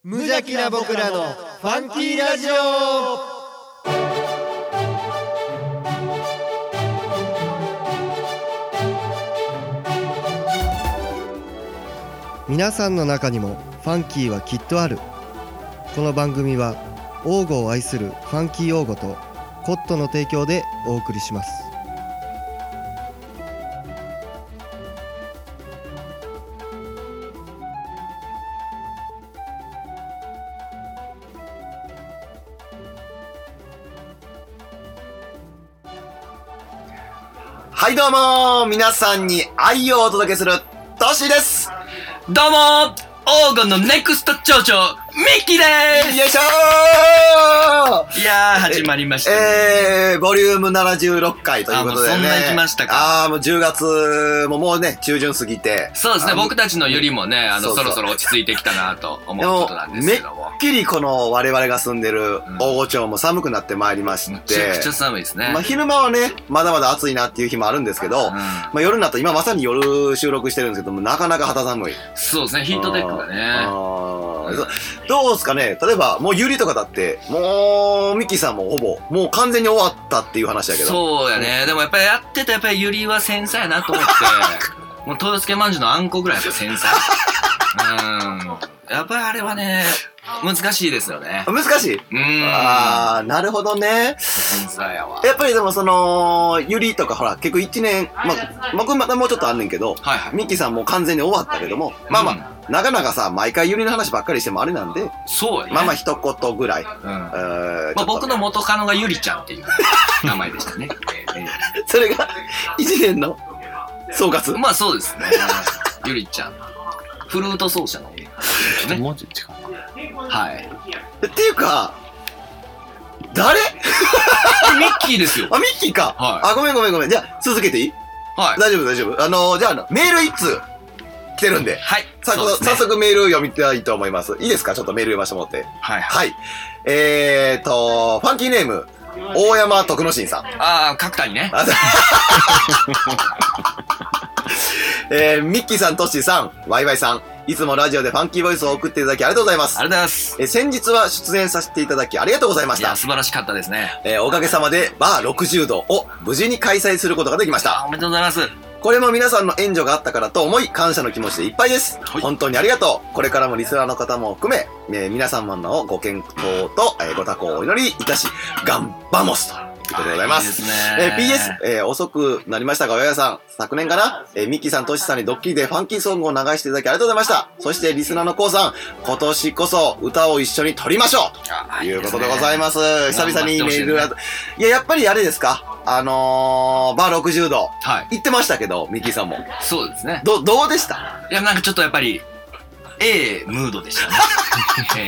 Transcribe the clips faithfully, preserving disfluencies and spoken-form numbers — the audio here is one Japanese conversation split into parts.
無邪気な僕らのファンキーラジオ。皆さんの中にもファンキーはきっとある。この番組は王語を愛するファンキー王語とコットの提供でお送りします。 はいどうも皆さんに愛をお届けするトシです。 どうも黄金のネクスト町長ミッキーでーす。 よいしょー。いやー始まりましたね。 えー、ボリュームななじゅうろっかいということでね。 あ、もうそんな行きましたか。 あーもうじゅうがつももうね中旬過ぎて。 そうですね、僕たちのよりもねあのそうそうそろそろ落ち着いてきたなと思うことなんですけども、 めっきりこの我々が住んでる大御町も寒くなってまいりまして、 めちゃくちゃ寒いですね。 まあ昼間はねまだまだ暑いなっていう日もあるんですけど、 うん、 まあ夜になったら今まさに夜収録してるんですけどもなかなか肌寒い。 そうですね、ヒートテックがね。 あーどうですかね。例えばもうユリとかだってもうミキさんもほぼもう完全に終わったっていう話だけど。 そうやね、でもやっぱりやってたやっぱりユリは繊細やなと思ってもう豊助まんじゅうのあんこぐらいやっぱ繊細。うんやっぱりあれはね難しいですよね。 難しい。 うーんああなるほどね。 繊細やわ。 やっぱりでもそのユリとかほら結構いちねん、まあ、僕またもうちょっとあんねんけど、 はいはい、 ミキさんもう完全に終わったけども、まあまあ、うん、なかなかさ毎回ユリの話ばっかりしてもあれなんで、 そうやね、 まあまあ一言ぐらい、うんえーまあ、僕の元カノがユリちゃんっていう名前でしたね。 えー、それがいちねんの総括。 まあそうですね。ユリちゃんフルート奏者の、ね、 文字違う。 はい。 っていうか誰ミッキーですよ。 あ、ミッキーか。 はい。 あ、ごめんごめんごめん。じゃあ続けていい？ はい。 大丈夫大丈夫。あのー、じゃあメール一通来てるんで、 はい。 早速、ね、早速メールを読みたいと思います。いいですか？ちょっとメール読ませてもらって。 はい。 はい。えーとファンキーネーム大山徳之進さん。 ああ、角谷ね。 えー、ミッキーさん、トッシーさん、ワイワイさん、いつもラジオでファンキーボイスを送っていただきありがとうございます。 ありがとうございます。 えー、先日は出演させていただきありがとうございました。 いや、素晴らしかったですね。 えー、おかげさまでバーろくじゅうどを無事に開催することができました。 おめでとうございます。これも皆さんの援助があったからと思い感謝の気持ちでいっぱいです。はい、本当にありがとう。これからもリスナーの方も含め、えー、皆様のご健康と、えー、ご多幸をお祈りいたし、頑張もすと。ということでございます。いいですね。えー、ピーエス、えー、遅くなりましたが、親さん、昨年かな、えー、ミッキーさん、トシさんにドッキリでファンキーソングを流していただきありがとうございました。そして、リスナーのコウさん、今年こそ歌を一緒に撮りましょうということでございます。久々にメールが、ね、いや、やっぱりあれですか、あのー、バーろくじゅうど、はい、行ってましたけど、ミッキーさんも。 そうですね。 ど、どうでした？いや、なんかちょっとやっぱり、ええムードでしたね。ええ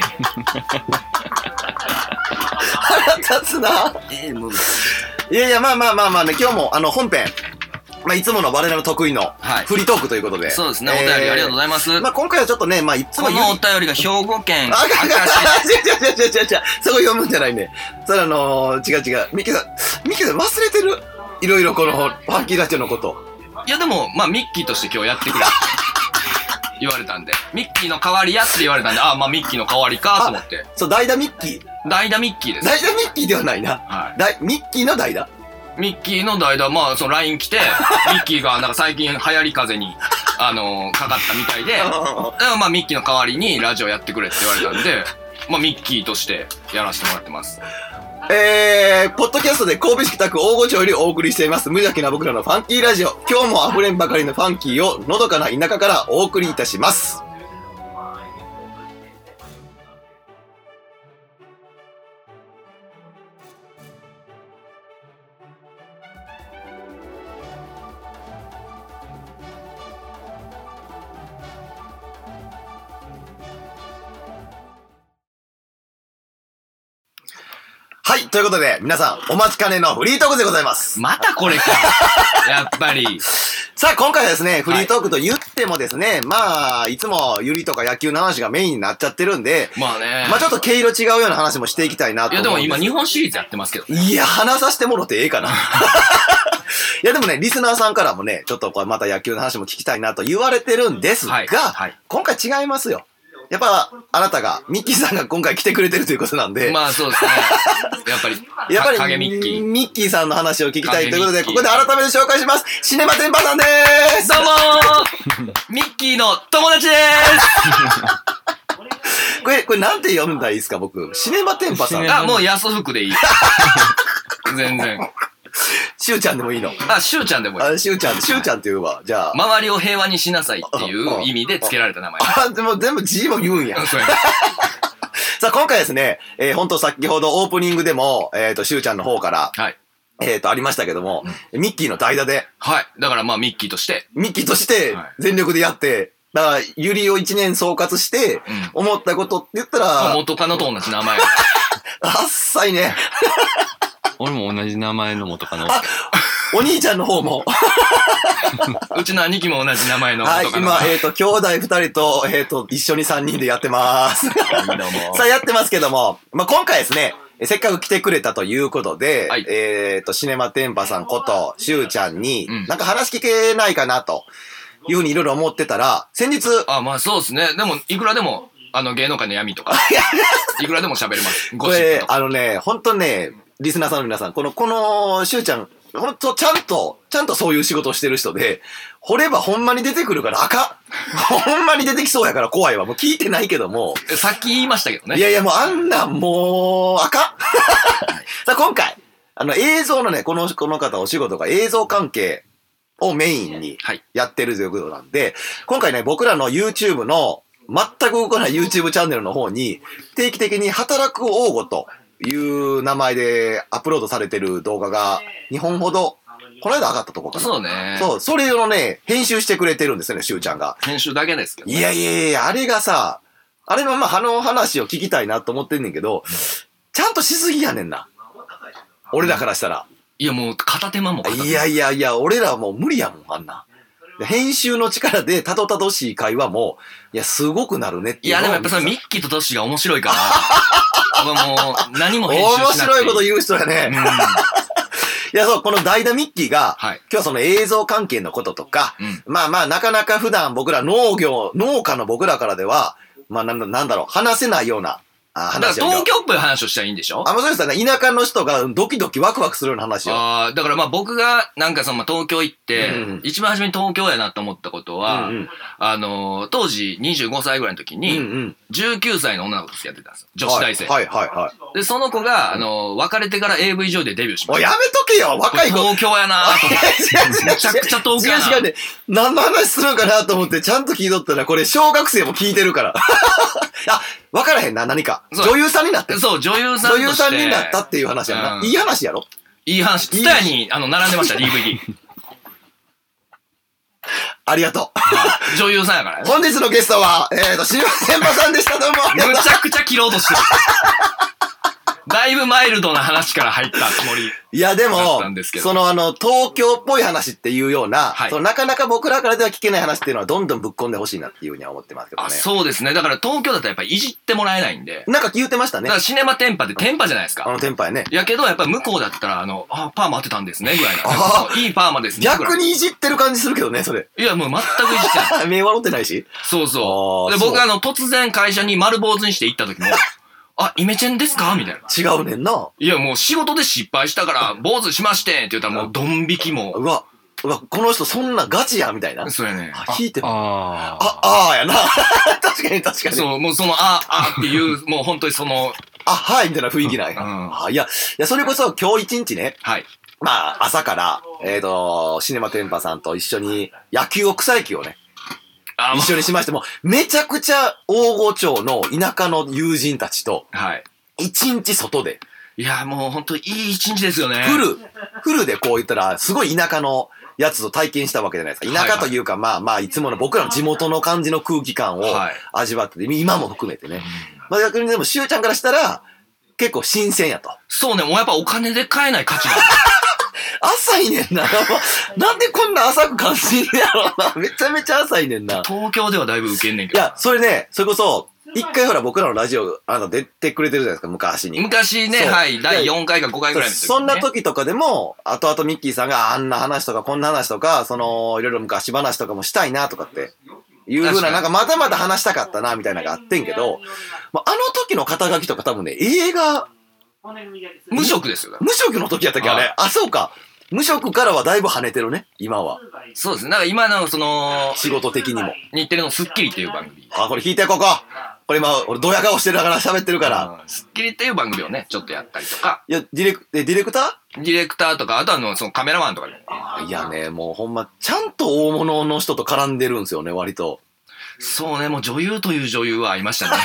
腹立つな。 ええムード。いやいや、まあまあまあまあね、今日もあの本編、まあいつもの我々の得意のフリートークということで。はい、 そうですね、お便りありがとうございます。 まあ今回はちょっとね、まあいつもこのお便りが兵庫県明石市。違う違う違う違う違う、そこ読むんじゃないね。それあのー、違う違う。ミキさん、ミキさん忘れてる？いろいろこのファンキーラジオのこと。 いやでも、まあミッキーとして今日やってくれ。言われたんで、ミッキーの代わりやって言われたんで、ああ、まあミッキーの代わりかと思って。 そう、代打ミッキー。 代打ミッキーです。 代打ミッキーではないな。はい。だミッキーの代打ミッキーの代打、まあ、その ライン 来て、ミッキーがなんか最近流行り風に、あのー、かかったみたいで、まあミッキーの代わりにラジオやってくれって言われたんで、まあミッキーとしてやらせてもらってます。 えー、ポッドキャストで神戸市北区大御町よりお送りしています無邪気な僕らのファンキーラジオ。今日も溢れんばかりのファンキーをのどかな田舎からお送りいたします。はい、ということで、皆さん、お待ちかねのフリートークでございます。 またこれか。やっぱり。 さあ、今回はですね、フリートークと言ってもですね、はい、まあ、いつもユリとか野球の話がメインになっちゃってるんで、 まあね。 まあちょっと毛色違うような話もしていきたいなと思うんです。いや、でも今日本シリーズやってますけど、ね。 いや、話させてもろてええかな。いや、でもね、リスナーさんからもね、ちょっとこれまた野球の話も聞きたいなと言われてるんですが、はいはい、今回違いますよ。 やっぱ、あなたが、ミッキーさんが今回来てくれてるということなんで、 まあそうですね。やっぱり、 やっぱり、 影ミッキー。 ミッキーさんの話を聞きたいということで、こ影ミッキーこで改めて紹介します。シネマテンパさんでーす。 どうもーミッキーの友達でこれ、これなんて読んだらいいですか、僕。シネマテンパさん。 ーす。あ、もう安福でいい。全然。 シュウちゃんでもいいの。 あ、しゅうちゃんでもいい。 あ、シュウちゃん、シュウちゃんって言うわ。じゃあ。 周りを平和にしなさいっていう意味で付けられた名前。 あ、でも全部字も言うんや。 そうやさあ、今回ですね、えー、本当先ほどオープニングでも、えっ、ー、と、シュウちゃんの方から、 はい。 えっ、ー、と、ありましたけども、うん、ミッキーの代打で、 はい。だからまあミッキーとして。 ミッキーとして全力でやって、だから、ユリを一年総括して、思ったことって言ったら、 うん、元カノと同じ名前。 あっさいね。 俺も同じ名前の元カノ。 あ、お兄ちゃんの方も。 うちの兄貴も同じ名前の元カノ。 はい、今、えっ、ー、と、兄弟二人と、えっ、ー、と、一緒に三人でやってます。さあ、やってますけども、まあ、今回ですね、せっかく来てくれたということで、はい、えっ、ー、と、シネマテンパさんこと、しゅうちゃんに、うん、なんか話聞けないかなと、いうふうにいろいろ思ってたら、先日。 あ、まあそうですね。でも、いくらでも、あの、芸能界の闇とか、いくらでも喋れます。 これ、あのね、ほんとね、リスナーさんの皆さん、この、この、しゅうちゃん、ほんと、ちゃんと、ちゃんとそういう仕事をしてる人で、掘ればほんまに出てくるからあかん。ほんまに出てきそうやから怖いわ。もう聞いてないけども。 さっき言いましたけどね。 いやいや、もうあんなんもう、あかん。さあ、今回、あの、映像のね、この、この方お仕事が映像関係をメインにやってるということなんで、はい、今回ね、僕らの YouTube の、全く動かない YouTube チャンネルの方に、定期的に働く王吾と、いう名前でアップロードされてる動画がにほんほど、この間上がったとこかな。 そうね。 そう、それをね、編集してくれてるんですよね、しゅうちゃんが。 編集だけですけど、ね。 いやいやいや、あれがさ、あれのまあ、あの話を聞きたいなと思ってんねんけど、ちゃんとしすぎやねんな。俺らからしたら。 いやもう片手間も片手間。 いやいやいや、俺らはもう無理やもん、あんな。編集の力でたどたどしい会話も、いや、すごくなるねっていう。 いや、でもやっぱそれミッキーとトッシーが面白いから。もう、何も編集しなくていい。 面白いこと言う人やね。うん、いや、そう、この代打ミッキーが、はい、今日はその映像関係のこととか、うん、まあまあ、なかなか普段僕ら農業、農家の僕らからでは、まあなんだ、なんだろう、話せないような、 あだから東京っぽい話をしたらいいんでしょ？ あ、もうそうですね。田舎の人がドキドキワクワクするような話を。 ああ、だからまあ僕がなんかその東京行って、うん、一番初めに東京やなと思ったことは、うんうん、あのー、当時にじゅうごさいぐらいの時に、うんうん、じゅうきゅうさいの女の子と付き合ってたんですよ。女子大生。 はいはいはい。 で、その子が、あのー、別れてから エーブイ 上でデビューしました。 おい、やめとけよ若い子。 東京やなーと思って。めちゃくちゃ東京やな。 違う違うね。何の話するかなと思ってちゃんと聞いとったら、これ小学生も聞いてるから。あ、わからへんな、何か。女優さんになって。 そう、女優さんとして。 女優さんになったっていう話やな。うん、いい話やろ？ いい話。ツタヤに、あの、並んでました、ディーブイディー。 ありがとう。女優さんやからね。 本日のゲストは、えーと、しばせんぱさんでした、どうも。 むちゃくちゃ切ろうとしてる。だいぶマイルドな話から入ったつもり。 いや、でも、そのあの、東京っぽい話っていうような、はい、そのなかなか僕らからでは聞けない話っていうのはどんどんぶっ込んでほしいなっていうふうには思ってますけどね。 あ、そうですね。だから東京だとやっぱりいじってもらえないんで。 なんか言ってましたね。 だからシネマテンパってテンパじゃないですか。 あのテンパやね。 やけどやっぱり向こうだったら、あの、あ、パーマ当てたんですね、ぐらいな。あいいパーマですね。 逆にいじってる感じするけどね、それ。 いや、もう全くいじってない。 目笑ってないし。 そうそう。で、僕あの、突然会社に丸坊主にして行った時も、あ、イメチェンですかみたいな。 違うねんな。 いや、もう仕事で失敗したから、坊主しましてって言ったらもうドン引きも。 うわ、うわ、この人そんなガチやみたいな。 そうやね。 あ、引いても。 ああ、あーやな。確かに確かに。 そう、もうその、あ、あっていう、もう本当にその、 あ、はいみたいな雰囲気ない。うん、あいや、いや、それこそ今日一日ね。 はい。 まあ、朝から、えっと、シネマテンパさんと一緒に野球を草野球をね。一緒にしましても、めちゃくちゃ大御町の田舎の友人たちと、はい。一日外で。 いや、もう本当にいい一日ですよね。 フル、フルでこう言ったら、すごい田舎のやつを体験したわけじゃないですか。田舎というか、はいはい、まあまあ、いつもの僕らの地元の感じの空気感を味わってて、今も含めてね。まあ逆にでも、しゅうちゃんからしたら、結構新鮮やと。 そうね、もうやっぱお金で買えない価値が。 浅いねんな。なんでこんな浅く感じんねやろな。めちゃめちゃ浅いねんな。 東京ではだいぶ受けんねんけど。 いや、それね、それこそ、一回ほら僕らのラジオ、あなた出てくれてるじゃないですか、昔に。 昔ね、はい、だいよんかいかごかいぐらいの時、ね。 そんな時とかでも、後々ミッキーさんがあんな話とかこんな話とか、その、いろいろ昔話とかもしたいなとかっていう風な、なんかまだまだ話したかったな、みたいなのがあってんけど、まあ、あの時の肩書きとか多分ね、映画、 無職ですよ。 無職の時やったっけあれ。あ、そうか。無職からはだいぶ跳ねてるね、今は。 そうですね。だから今のその、 仕事的にも。 日テレのスッキリっていう番組。 あ、これ聞いてここ。これ今、俺ドヤ顔してるから喋ってるから。 スッキリっていう番組をね、ちょっとやったりとか。 いや、ディレク、え、ディレクターディレクターとか、あとはの、そのカメラマンとかね。 あいやね、もうほんま、ちゃんと大物の人と絡んでるんですよね、割と。 そうね、もう女優という女優はいましたね。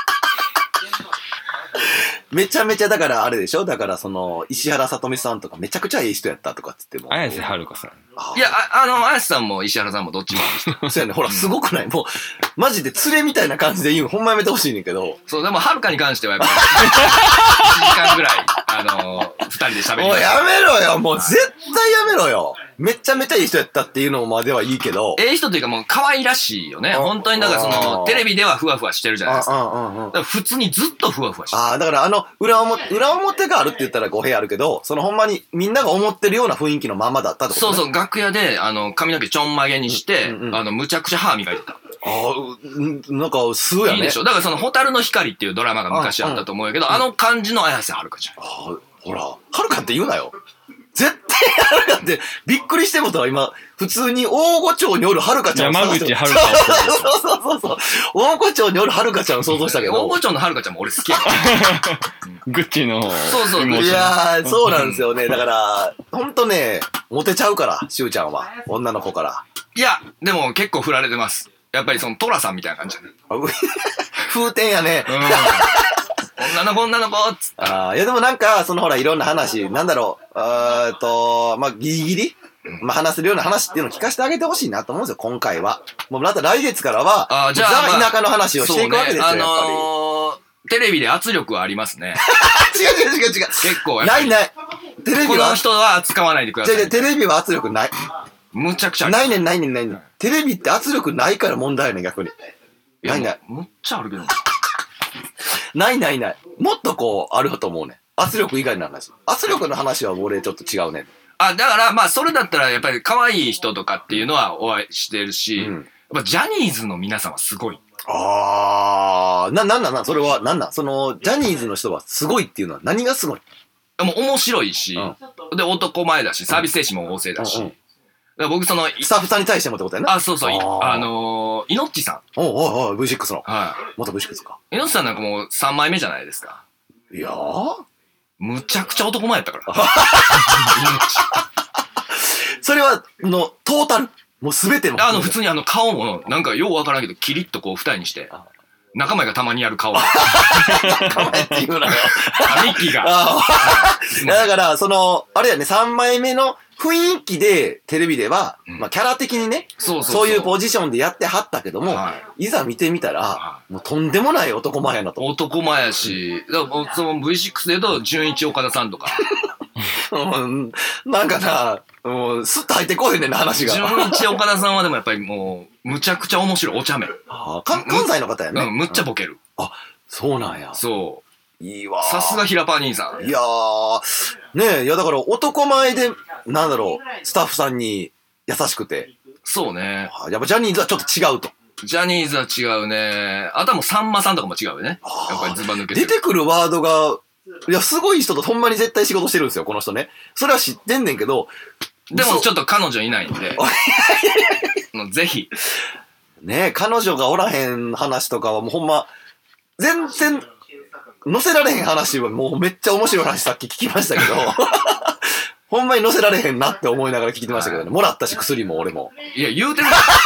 めちゃめちゃだからあれでしょだからその、石原さとみさんとかめちゃくちゃいい人やったとかっつっても。 綾瀬はるかさん。 あいや、あ、あの、綾瀬さんも石原さんもどっちもいい人。 そうやね、ほら、すごくないもう、マジで連れみたいな感じで言うの、ほんまやめてほしいねんけど。 そう、でも、はるかに関してはやっぱり、いちじかんぐらい、あのー、ふたりで喋りました。 もうやめろよもう絶対やめろよめちゃめちゃいい人やったっていうのまではいいけど。 ええ人というかもう可愛らしいよね。本当にだからその、テレビではふわふわしてるじゃないですか。だから普通にずっとふわふわしてる。 ああ、だからあの、裏表、裏表があるって言ったら語弊あるけど、そのほんまにみんなが思ってるような雰囲気のままだったってことね。 そうそう、楽屋で、あの、髪の毛ちょんまげにして、うんうん、あの、むちゃくちゃ歯磨いてた。 ああ、なんか、すごいやね。 いいでしょ。だからその、ホタルの光っていうドラマが昔あったと思うやけど、うんうん、あの感じの綾瀬はるかちゃん。 ああ、ほら、はるかって言うなよ。絶対はるかって、びっくりしてもたわ、今、普通に大御町におるはるかちゃんを山口はるか。 そうそうそうそう。大御町におるはるかちゃんを想像したけど。 大御町のはるかちゃんも俺好きや。 グッチの。 そうそう。 いやー、そうなんですよね。だから、ほんとね、モテちゃうから、しゅうちゃんは。女の子から。 いや、でも結構振られてます。やっぱりその、トラさんみたいな感じだね。 風天やね。 うん女の子女の子っつって。 ああ、いやでもなんか、そのほらいろんな話、なんだろう、えーっと、まあ、ギリギリ、まあ、話せるような話っていうのを聞かせてあげてほしいなと思うんですよ、今回は。もうまた来月からは、 あじゃあ、 ザ・田舎の話をしていくわけですよ、 ね、あのー、 やっぱり。テレビで圧力はありますね。 違う違う違う違う。 結構ないない。テレビは。 この人は扱わないでください。 違う違う、テレビは圧力ない。 むちゃくちゃある。 ないねんないねんないねん。テレビって圧力ないから問題やねん、逆に。ないない。 むっちゃあるけど。 ないないない。もっとこう、あると思うね。圧力以外の話。圧力の話は俺ちょっと違うね。 あ、だから、まあ、それだったら、やっぱり可愛い人とかっていうのはお会いしてるし、うん、やっぱジャニーズの皆さんはすごい。 あー、な、なんなんなんそれは、なんなんその、ジャニーズの人はすごいっていうのは何がすごい？ もう面白いし、うん、で、男前だし、サービス精神も旺盛だし、うんうんだ僕その、 スタッフさんに対してもってことやな。 あ、そうそう。あ、あのー、イノッチさん。 おうおうおう、ブイシックス の。 はい。 元 ブイシックス か。 イノッチさんなんかもうさんまいめじゃないですか。 いやー。 むちゃくちゃ男前やったから。 それは、の、トータルもうすべての。 あの、普通にあの、顔も、なんかようわからんけど、キリッとこう、二重にして、仲間がたまにやる顔。 仲間って言うなよ。 あ、ミッキーが。 だから、その、あれやね、さんまいめの、雰囲気でテレビでは、うん、まあキャラ的にね、そうそうそう、そういうポジションでやってはったけども、はい、いざ見てみたら、はい、もうとんでもない男前やなと。 男前やし、だからその ブイシックス で言うと、純一岡田さんとか。 うん、なんかな、もうスッと入ってこいねんな話が。 純一岡田さんはでもやっぱりもう、むちゃくちゃ面白い、お茶目。 あ関西の方やね。 うん、むっちゃボケる。 うん、あ、そうなんや。 そう。 いいわ。 さすが平パー兄さん。 いやー、ねえ、いやだから男前で、なんだろう、スタッフさんに優しくて。 そうね。 やっぱジャニーズはちょっと違うと。 ジャニーズは違うね。あとはもうさんまさんとかも違うよね。やっぱりズバ抜けてる。 出てくるワードが、いや、すごい人とほんまに絶対仕事してるんですよ、この人ね。それは知ってんねんけど。 でもちょっと彼女いないんで。ぜひ。 ねえ、彼女がおらへん話とかはもうほんま、全然、載せられへん話はもうめっちゃ面白い話さっき聞きましたけど、ほんまに載せられへんなって思いながら聞いてましたけどね。もらったし薬も俺も。 いや、言うてる。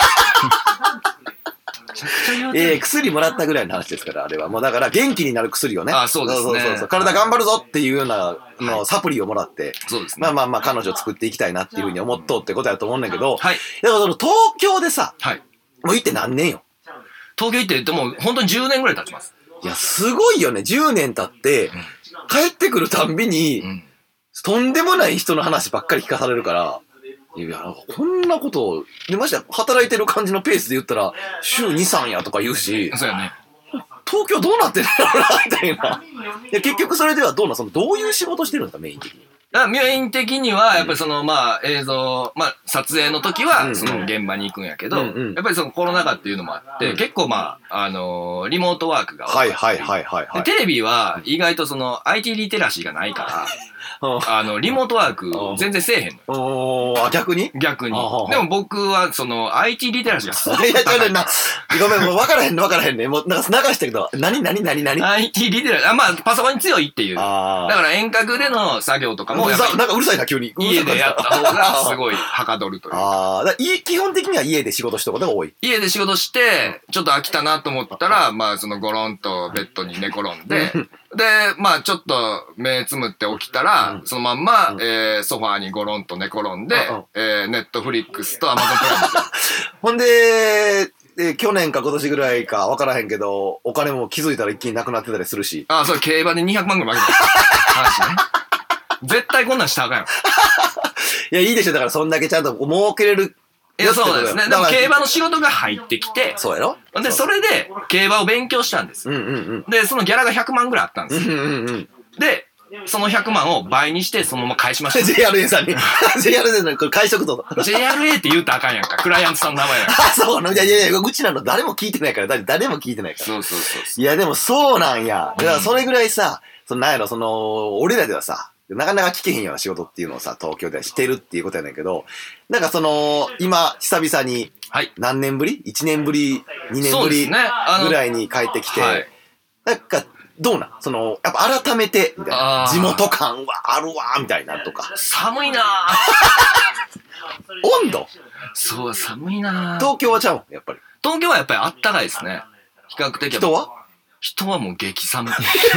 ええ、薬もらったぐらいの話ですから、あれは。もうだから元気になる薬をね。 あ、そうですね。 そうそうそう。体頑張るぞっていうようなのサプリをもらって、 そうですね。 まあまあまあ彼女を作っていきたいなっていうふうに思っとうってことやと思うんだけど、 はい。 だからその東京でさ、 はい。 もう行って何年よ。 東京行って言ってもう本当にじゅうねんぐらい経ちます。 いや、すごいよね。じゅうねん経って、うん、帰ってくるたんびに、うん、とんでもない人の話ばっかり聞かされるから、いや、こんなことを、で、まして働いてる感じのペースで言ったら、週に、さんやとか言うし、 そうやね。 東京どうなってるのかなみたいな。いや、結局それではどうな、その、どういう仕事してるんですか、メイン的に。 だからメイン的には、やっぱりその、まあ、映像、まあ、撮影の時は、 うんうんその現場に行くんやけど、 うんうんやっぱりそのコロナ禍っていうのもあって、 うん結構まあ、あのーリモートワークが多い。 はいはいはいはいはい。 でテレビは意外とその アイティー リテラシーがないから、あの、リモートワーク全然せえへんの。 おー、あ、逆に逆に。 あははでも僕はその アイティー リテラシーがすごくいや、ちょっ高い。 とな、ごめん、もう分からへんね、分からへんね。もう、なんか流したけど、何何何何アイティー リテラシー、あ、まあ、パソコンに強いっていう。だあから遠隔での作業とかもやっぱりなんかうるさいな、急に。 家でやった方がすい。 ごいはかどるという。 ああ、だい基本的には家で仕事してることが多い。 家で仕事して、ちょっと飽きたなと思ったら、まあ、そのゴロンとベッドに寝転んで、で、まあ、ちょっと目つむって起きたら、そのまんま、えーソファーにゴロンと寝転んでうんうん、 えーネットフリックスとアマゾンプライムで。 ほんで、え去年か今年ぐらいか分からへんけど、お金も気づいたら一気になくなってたりするし。 ああ、それ競馬でにひゃくまんぐらい負けた話ね。絶対こんなんしたらあかんよ。 いや、いいでしょ。だからそんだけちゃんと儲けれる。 いや、そうですね。でだからも競馬の仕事が入ってきて、 そうやろで、それで競馬を勉強したんです。 うんうんうん。 で、そのギャラがひゃくまんぐらいあったんですよ。 うんうんうん。 で、そのひゃくまんを倍にしてそのまま返しました。 ジェイアールエー さんに。ジェイアールエー さんにこれ会食と。 ジェイアールエー って言うたらあかんやんか。クライアントさんの名前やから。 あ、そうなの。いやいやいや、うちなの誰も聞いてないから、誰誰も聞いてないから。 そうそうそうそう。 いや、でもそうなんや。だからそれぐらいさ、そのなんやろ、その、俺らではさ、なかなか聞けへんような仕事っていうのをさ、東京ではしてるっていうことやねんけど、なんかその、今、久々に、 はい。 何年ぶり ?いち 年ぶり、にねんぶりそうですね。あのぐらいに帰ってきて、 はい。 なんか、どうなんその、やっぱ改めて、みたいな。 あー地元感はあるわ、みたいなとか。 寒いなぁ。 温度そう、寒いなぁ。 東京はちゃうんやっぱり。 東京はやっぱりあったかいですね。比較的。 人は人はもう激寒。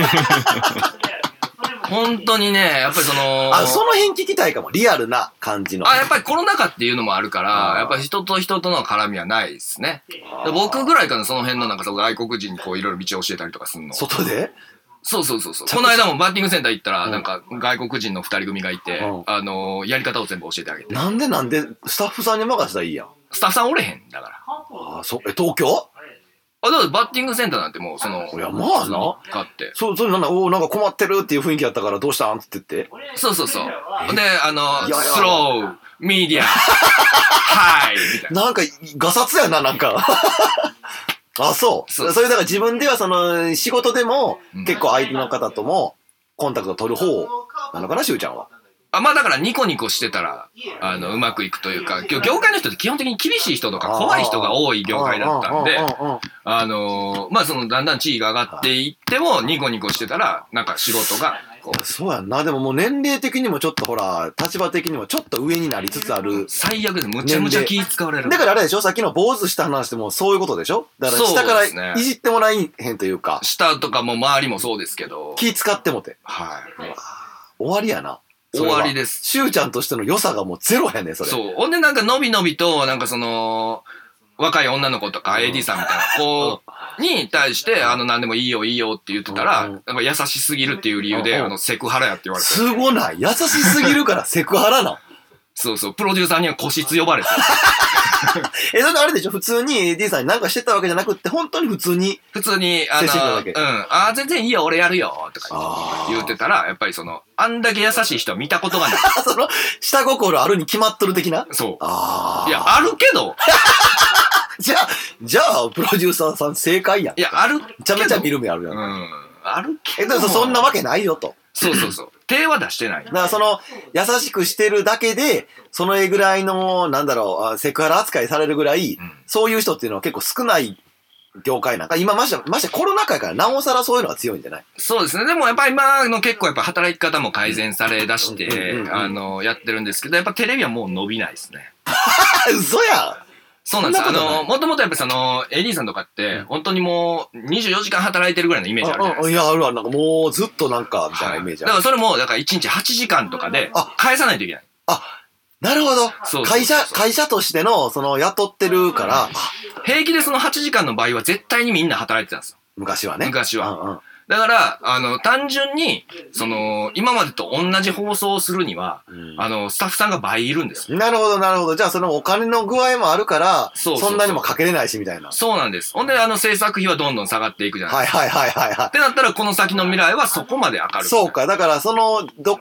本当にね、やっぱりその、 あ、その辺聞きたいかも。リアルな感じの。 あ、やっぱりコロナ禍っていうのもあるかあら、 ーやっぱり人と人との絡みはないですね。で僕ぐらいからその辺のなんかその外国人にこういろいろ道を教えたりとかするの。 外でそうそうそうそう。 ちゃんことの間もバッティングセンター行ったら、 うんなんか外国人の二人組がいて、 うんあのー、やり方を全部教えてあげて。 なんでなんでスタッフさんに任せたらいいやん。 スタッフさんおれへんだから。 あ、そ、え、東京あ、だからバッティングセンターなんてもうその、 いやまあな普通に買って。 そう、それなんだ、おーなんか困ってるっていう雰囲気やったからどうしたんって言って。 そうそうそう。で、あの、 いやいやスロー、ミディア、ハイみたいな。 なんか、ガサツやな、なんか。あ、そう。 そうそれだから自分ではその、仕事でも、 うん結構相手の方とも、コンタクト取る方なのかな、しゅうちゃんは。 あ、まあだからニコニコしてたら、あの、うまくいくというか、今日業界の人って基本的に厳しい人とか怖い人が多い業界だったんで、 うんうんうんうんあのー、まあそのだんだん地位が上がっていっても、ニコニコしてたら、なんか仕事が、こう、 そうやんな。でももう年齢的にもちょっとほら、立場的にもちょっと上になりつつある。 最悪です。むちゃむちゃ気使われる。 だからあれでしょさっきの坊主した話でもそういうことでしょだから下かそうですねらいじってもらえへんというか、 下とかも周りもそうですけど、 気使ってもて。 はい。 終わりやな。 終わりです。 しゅうちゃんとしての良さがもうゼロやねそれ。 そう。ほんでなんかのびのびと、なんかその、若い女の子とか エーディー さんみたいな子に対して、あの、何でもいいよいいよって言ってたら、 うんなんか優しすぎるっていう理由で、 うんあの、セクハラやって言われて。 すごない優しすぎるからセクハラな。 そうそう。プロデューサーには個室呼ばれて。 え、それあれでしょ普通に エーディー さんに何かしてたわけじゃなくって、本当に普通に。 普通に、あ接してたの、うん。 だけあー、全然いいよ、俺やるよ、とかあー言ってたら、やっぱりその、あんだけ優しい人は見たことがない。 あ、その、下心あるに決まっとる的なそう。 ああ。 いや、あるけど、 じゃあ、じゃあ、プロデューサーさん正解やん。 いや、あるけど。 めちゃめちゃ見る目あるや。 うんん。あるけえ、 ど。 でもそんなわけないよと。 そうそうそう。手は出してないだ。からその、優しくしてるだけで、その絵ぐらいの、なんだろうあ、セクハラ扱いされるぐらい、 うんそういう人っていうのは結構少ない業界なんか、今まして、ましてコロナ禍やからなおさらそういうのが強いんじゃないそうですね。でもやっぱり今の結構やっぱ働き方も改善されだして、 うんうんうんうんあの、やってるんですけど、やっぱテレビはもう伸びないですね。 あ、嘘やそうなんです。あそんなことないの、もともとやっぱその、エリーさんとかって、本当にもうにじゅうよじかん働いてるぐらいのイメージあるじゃないですか。 ああいや、あるわ。なんかもうずっとなんか、みたいなイメージある。 だからそれも、だからいちにちはちじかんとかであ、 返さないといけない。 あ、なるほど。 そうそうそう会社、会社としての、その、雇ってるから、あ平気でそのはちじかんの場合は絶対にみんな働いてたんですよ。 昔はね。 昔はうんうんだから、あの、単純に、その、今までと同じ放送をするには、 うんあの、スタッフさんが倍いるんですよ。 なるほど、なるほど。じゃあ、そのお金の具合もあるから、 そうそうそうそんなにもかけれないし、みたいな。 そうなんです。ほんで、あの、制作費はどんどん下がっていくじゃないですか。 はいはいはいはいはってなったら、この先の未来はそこまで明るくない。 そうか。だから、その、ど、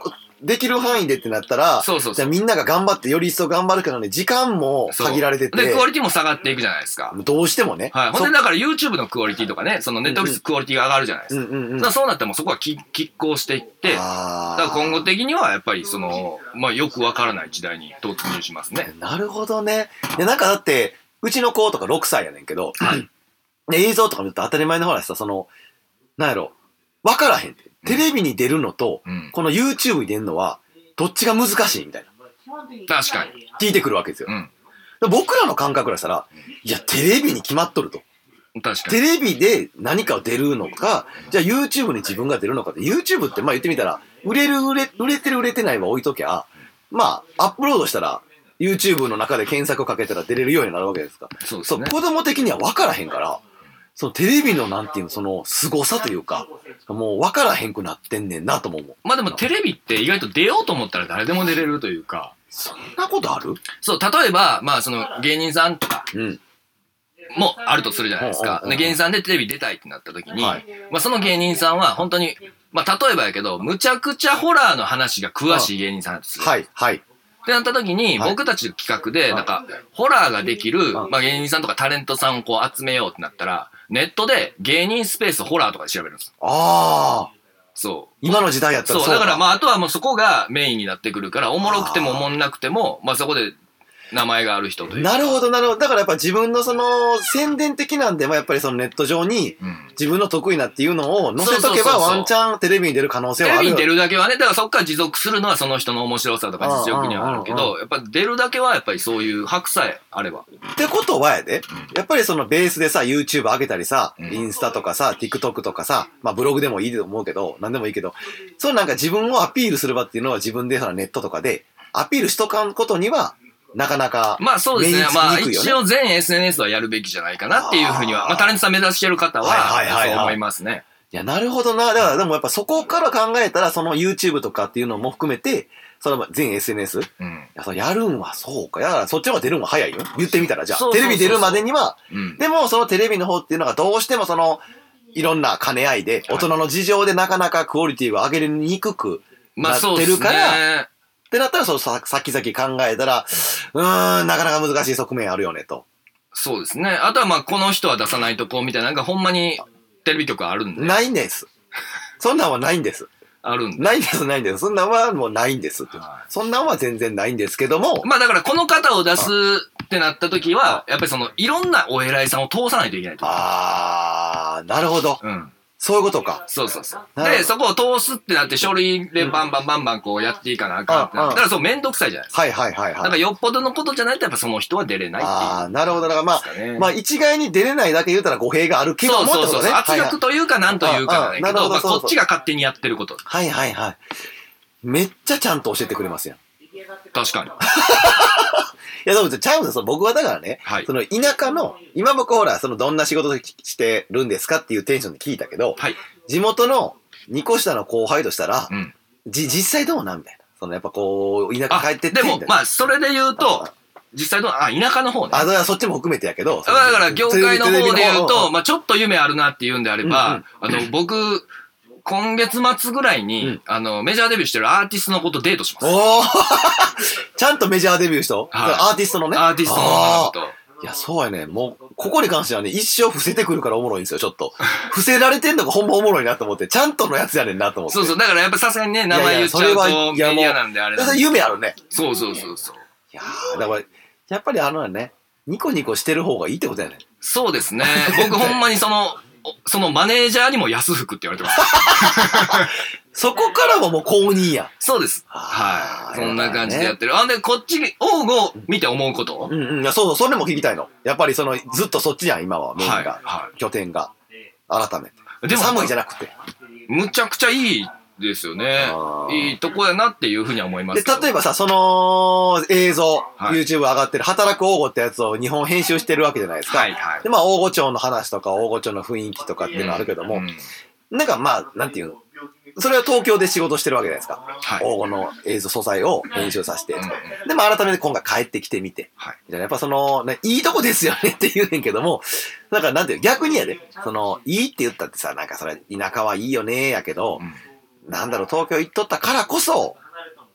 できる範囲でってなったら、 そうそうそうじゃあみんなが頑張ってより一層頑張るからね、時間も限られてて。 で、クオリティも下がっていくじゃないですか。 どうしてもね。 はい。ほんで、だから YouTube のクオリティとかね、そのネットフリックスクオリティが上がるじゃないですか。 うんうんうん。 だからそうなったらもうそこはき拮抗していって、だから今後的にはやっぱりその、まあよくわからない時代に突入しますね。 なるほどね。で、なんかだって、うちの子とかろくさいやねんけど、 はい、 映像とか見ると当たり前の話さ、その、なんやろ、わからへん。テレビに出るのと、うん、この YouTube に出るのは、どっちが難しいみたいな。 確かに。 聞いてくるわけですよ。うん、僕らの感覚からしたら、いや、テレビに決まっとると。 確かに。 テレビで何かを出るのか、じゃあ YouTube に自分が出るのかって、YouTube ってまあ言ってみたら、売れる売れ、売れてる売れてないは置いときゃ、まあ、アップロードしたら、YouTube の中で検索をかけたら出れるようになるわけですか。 そうですね。 そう、子供的には分からへんから、そのテレビのなんていうの、その凄さというか、もう分からへんくなってんねんなとも思う。 まあでもテレビって意外と出ようと思ったら誰でも出れるというか。 そんなことある？ そう、例えば、まあその芸人さんとか、もあるとするじゃないですか。で、芸人さんでテレビ出たいってなった時に、はい、まあその芸人さんは本当に、まあ例えばやけど、むちゃくちゃホラーの話が詳しい芸人さんだとする。 はい、はい。 ってなった時に、僕たちの企画で、なんか、ホラーができる、まあ芸人さんとかタレントさんをこう集めようってなったら、ネットで芸人スペースホラーとかで調べるんです。 ああ。 そう。 今の時代やったらそう。だからまああとはもうそこがメインになってくるから、おもろくてもおもんなくても、まあそこで名前がある人というか。 なるほど、なるほど。だからやっぱ自分のその宣伝的なんでもやっぱりそのネット上に自分の得意なっていうのを載せとけばワンチャンテレビに出る可能性はある。 テレビに出るだけはね、だからそこから持続するのはその人の面白さとか実力にはあるけど、やっぱ出るだけはやっぱりそういう白さえあれば。 ってことはやで、やっぱりそのベースでさ、YouTube 上げたりさ、インスタとかさ、TikTok とかさ、まあブログでもいいと思うけど、なんでもいいけど、そうなんか自分をアピールする場っていうのは自分でさ、ネットとかでアピールしとかんことには、なかなか、 まあそうですね。まあ一応全 エスエヌエス はやるべきじゃないかなっていうふうには、まあタレントさん目指してる方は、そう思いますね。 いや、なるほどな。だからでもやっぱそこから考えたら、その YouTube とかっていうのも含めて、その全 エスエヌエス、うん、いやそやるんはそうか。だからそっちの方が出るんは早いよ。言ってみたら、じゃあ、テレビ出るまでには、うん、でもそのテレビの方っていうのがどうしてもその、いろんな兼ね合いで、大人の事情でなかなかクオリティを上げにくくなってるから、まあってなったら、そのさ、先々考えたら、うーん、なかなか難しい側面あるよね、と。 そうですね。あとはまあ、この人は出さないとこうみたいな、なんかほんまにテレビ局あるんで。 ないんです。そんなんはないんです。 あるんで。 ないんです、ないんです。そんなんはもうないんです。はい、そんなんは全然ないんですけども。 まあだからこの方を出すってなった時は、やっぱりその、いろんなお偉いさんを通さないといけないと。 あー、なるほど。 うん。 そういうことか。 そうそうそう。で、そこを通すってなって書類でバンバンバンバンこうやっていかなあかんってなったら、そうめんどくさいじゃないですか。 はいはいはいはい。だからよっぽどのことじゃないとやっぱその人は出れないっていう。 ああ、なるほど。だからまあ、まあ一概に出れないだけ言うたら語弊があるけども、 そうそうそう。圧力というかなんというかなんだけど、まあこっちが勝手にやってること。 はいはいはい。めっちゃちゃんと教えてくれますやん。 確かに。 いや、でもちゃうんですよ。僕はだからね、 はい、 その田舎の、今僕ほら、そのどんな仕事してるんですかっていうテンションで聞いたけど、 はい、 地元のにこ下の後輩としたら、 うん、 じ、実際どうなんみたいな。そのやっぱこう、田舎帰ってってでも、まあ、それで言うと、実際どう、あ、田舎の方ね。 あ、だからそっちも含めてやけど。 だから、業界の方で言うと、まあ、ちょっと夢あるなっていうんであれば、うんうん、あの、僕、今月末ぐらいに、うん、あの、メジャーデビューしてるアーティストのことデートします。 おーちゃんとメジャーデビューした、はい、アーティストのね。 アーティストのこと。 いや、そうやね。もう、ここに関してはね、一生伏せてくるからおもろいんですよ、ちょっと。伏せられてんのがほんまおもろいなと思って、ちゃんとのやつやねんなと思って。 そうそう、だからやっぱさすがにね、名前言っちゃうとメディアなんであれなんで。 夢あるね。 そうそうそうそう。 いやー、だから、やっぱりあのね、ニコニコしてる方がいいってことやね。 そうですね。僕ほんまにその、そのマネージャーにも安福って言われてます。 そこからももう公認や。 そうです。はい。そんな感じでやってる。あんで、こっち、王吾見て思うことうんうん。いや、そうそう、それも聞きたいの。やっぱりその、ずっとそっちやん、今は、メインが。 はいはい、 拠点が。改めて。でも、寒いじゃなくて。 むちゃくちゃいいですよね。いいとこやなっていうふうには思いますけど。 で、例えばさ、その映像、 はい、 YouTube 上がってる、働く王吾ってやつを日本編集してるわけじゃないですか。 はいはい。 で、まあ、王吾町の話とか、王吾町の雰囲気とかっていうのあるけども、うんうん、なんかまあ、なんていうの、それは東京で仕事してるわけじゃないですか。はい、王吾の映像素材を編集させて。うんうん、で、まあ、改めて今回帰ってきてみて。はい、じゃあやっぱその、ね、いいとこですよねって言うねんけども、なんかなんていう、逆にやで、その、いいって言ったってさ、なんかそれ、田舎はいいよねやけど、うん、なんだろう、東京行っとったからこそ、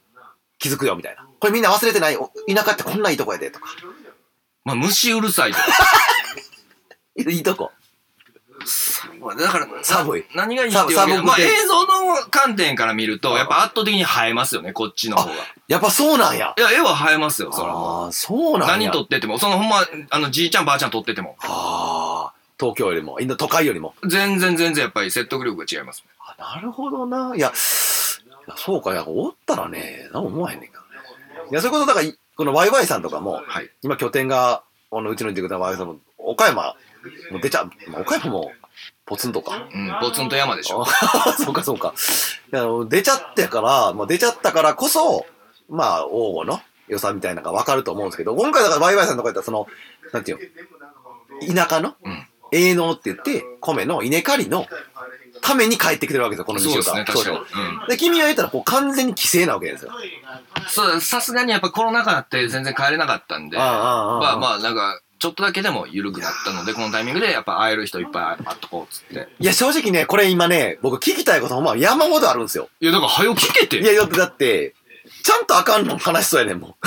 気づくよみたいな。これみんな忘れてない。田舎ってこんないいとこやでとか。 まあ虫うるさいとか。 いいとこ。 だから、 寒い。 何がいいっていうわけで、まあ映像の観点から見ると、やっぱ圧倒的に映えますよね、こっちの方が。 やっぱそうなんや。 いや、絵は映えますよ、そらもう。 ああ、そうなんや。 何撮ってても、そのほんま、あの、じいちゃんばあちゃん撮ってても。 ああ、東京よりも、都会よりも。 全然全然やっぱり説得力が違いますね。 あ、なるほどな。いや、いやそうか、いや、おったらね、何も思わへんねんけどね。いや、そういうことだから、このワイワイさんとかも、はい、今拠点が、あのうちの言ってくれたワイワイさんも、岡山、もう出ちゃう、岡山も、ポツンとか。 うん、ポツンと山でしょ。 そうかそうか。いや出ちゃってから、もう出ちゃったからこそ、まあ、王吾の良さみたいなのが分かると思うんですけど、今回だからワイワイさんとか言ったら、その、なんていうの、田舎の、うん、営農って言って、米の稲刈りのために帰ってきてるわけですよ、このにしゅうかん。 そうですね、確かに。 うん、で、君は言ったら、こう、完全に帰省なわけですよ。 そう、さすがにやっぱコロナ禍って全然帰れなかったんで、あああまあまあ、なんか、ちょっとだけでも緩くなったので、このタイミングでやっぱ会える人いっぱい会っとこうっつって。 いや、正直ね、これ今ね、僕聞きたいことほんま山ほどあるんですよ。 いや、だから早よ聞けて。 いや、だって、ちゃんとあかんの話しそうやねん、もう。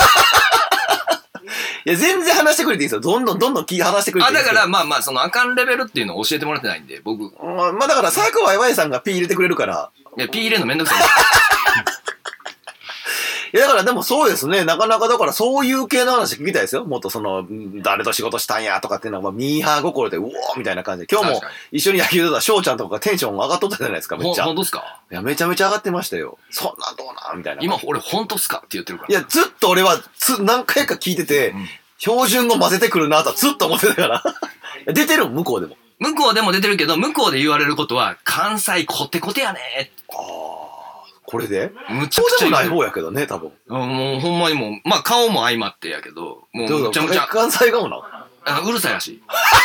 いや、全然話してくれていいですよ。どんどんどんどん話してくれていいですよ。 あ、だからまあまあ、そのあかんレベルっていうのを教えてもらってないんで、僕。 まあ、まあだから、最後ワイワイさんが P 入れてくれるから。 いや、P 入れるのめんどくさい。 いやだからでもそうですね、なかなかだからそういう系の話聞きたいですよ。もっとその、誰と仕事したんやとかっていうのは、ミーハー心で、うおーみたいな感じで。今日も一緒に野球でた翔ちゃんとかがテンション上がっとったじゃないですか、めっちゃ。 ほんとっすか？ いや、めちゃめちゃ上がってましたよ。そんなんどうなんみたいな。 今俺ほんとっすかって言ってるから。 いや、ずっと俺はつ何回か聞いてて、うん、標準語混ぜてくるなとはずっと思ってたから。出てる向こうでも。 向こうでも出てるけど、向こうで言われることは、関西コテコテやねー。ああ。これでむちゃくちゃそうでもない方やけどね、多分。 もうほんまにもう、まあ顔も相まってやけど、もうむちゃむちゃ。 関西顔なあうるさいらしい。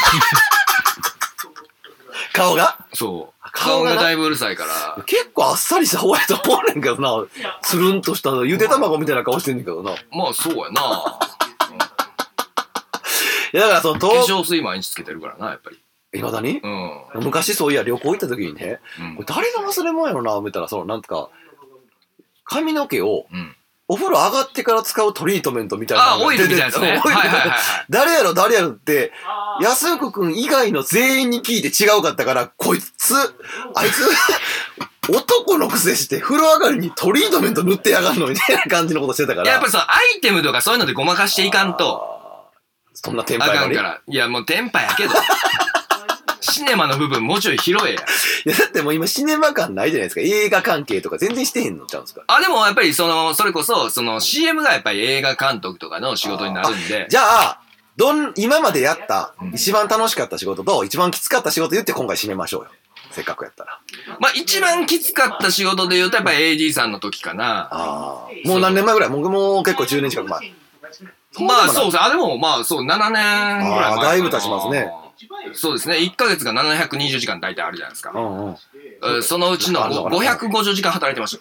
顔がそう。顔がだいぶうるさいから。結構あっさりした方やと思うねんけどな。つるんとしたゆで卵みたいな顔してんねんけどな。 まあそうやな。 いやだからその化粧水毎日つけてるからな、やっぱり。 いまだに、 うん、 昔そういや旅行行った時にね、うん、これ誰の忘れ物やろな思ったら、そのなんとか髪の毛を、うん、お風呂上がってから使うトリートメントみたいな。 あ、オイルみたいなやつね。はいはいはい、はい。 誰やろ誰やろって、安福くん以外の全員に聞いて違うかったから、こいつ、あいつ、男のくせして風呂上がりにトリートメント塗ってやがんのみたいな感じのことしてたから。 やっぱりそう、アイテムとかそういうのでごまかしていかんと。 そんなテンパやあかんから。いや、もうテンパやけど。シネマの部分もうちょい広えや。 いや、だってもう今シネマ感ないじゃないですか。映画関係とか全然してへんのちゃうんですか。 あ、でもやっぱりその、それこそ、その シーエム がやっぱり映画監督とかの仕事になるんで。 じゃあ、どん、今までやった一番楽しかった仕事と一番きつかった仕事言って今回締めましょうよ。せっかくやったら。 まあ一番きつかった仕事で言うとやっぱり エーディー さんの時かな。 ああ。もう何年前ぐらい？僕もう結構じゅうねん近く前。 まあそうですね。あ、でもまあそう、ななねんぐらい前。ああ、だいぶ経ちますね。 そうですね。いっかげつがななひゃくにじゅうじかん大体あるじゃないですか。 うんうん、そのうちのごひゃくごじゅうじかん働いてました。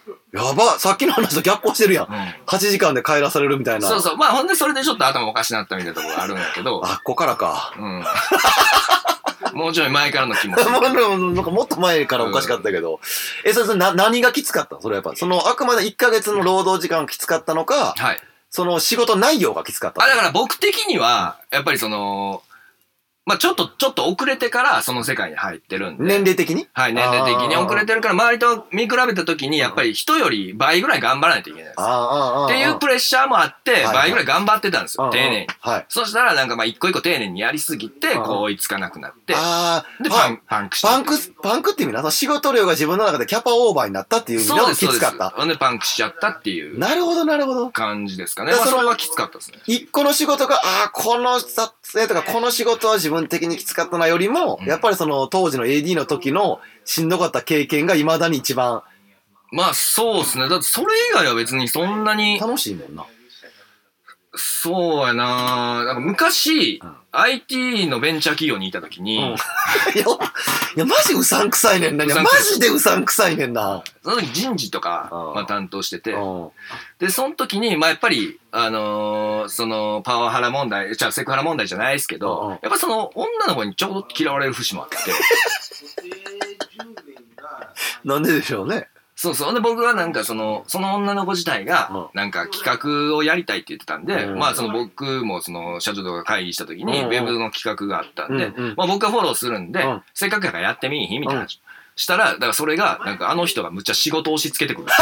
やば、さっきの話と逆行してるやん。うん、はちじかんで帰らされるみたいな。 そうそう。まあほんでそれでちょっと頭おかしなったみたいなところがあるんやけど。 あっこからか。 うん。もうちょい前からの気持ち。 なんかもっと前からおかしかったけど。うん、え、それな、何がきつかったのそれやっぱ。その、あくまでいっかげつの労働時間がきつかったのか、 はい。 その仕事内容がきつかったのか。 あ、だから僕的には、やっぱりその、まあちょっと、ちょっと遅れてからその世界に入ってるんで。 年齢的にはい、年齢的に遅れてるから周りと見比べた時にやっぱり人より倍ぐらい頑張らないといけないです。っていうプレッシャーもあって倍ぐらい頑張ってたんですよ、丁寧に。はい。そしたらなんかまあ一個一個丁寧にやりすぎて、こう追いつかなくなって。ああ。で、パン、パンクして。 パンク、パンクって意味なの仕事量が自分の中でキャパオーバーになったっていう意味がきつかった。 ほんでパンクしちゃったっていう。 なるほどなるほど。 感じですかね。まあそれはきつかったですね。 一個の仕事が、ああ、この撮影とかこの仕事は自分的にきつかったなよりも、うん、やっぱりその当時の エーディー の時のしんどかった経験が未だに一番。 まあそうですね。だってそれ以外は別にそんなに。 楽しいもんな。 そうやな。なんか昔、うん、アイティー のベンチャー企業にいた時に、うん、いや、 いやマジうさんくさいねんな。マジでうさんくさいねんな。 その時人事とか、まあ、担当してて、で、その時に、まあやっぱり、あのー、そのパワハラ問題、じゃあセクハラ問題じゃないですけど、やっぱその女の子にちょうど嫌われる節もあって。 なんででしょうね。 そうそう。で、僕はなんかその、その女の子自体が、なんか企画をやりたいって言ってたんで、 うん、 まあその僕もその社長とか会議した時に、ウェブの企画があったんで、 うんうん、 まあ僕はフォローするんで、 うん、 せっかくやからやってみいひんみたいな話したら、だからそれが、なんかあの人がむっちゃ仕事を押し付けてくる。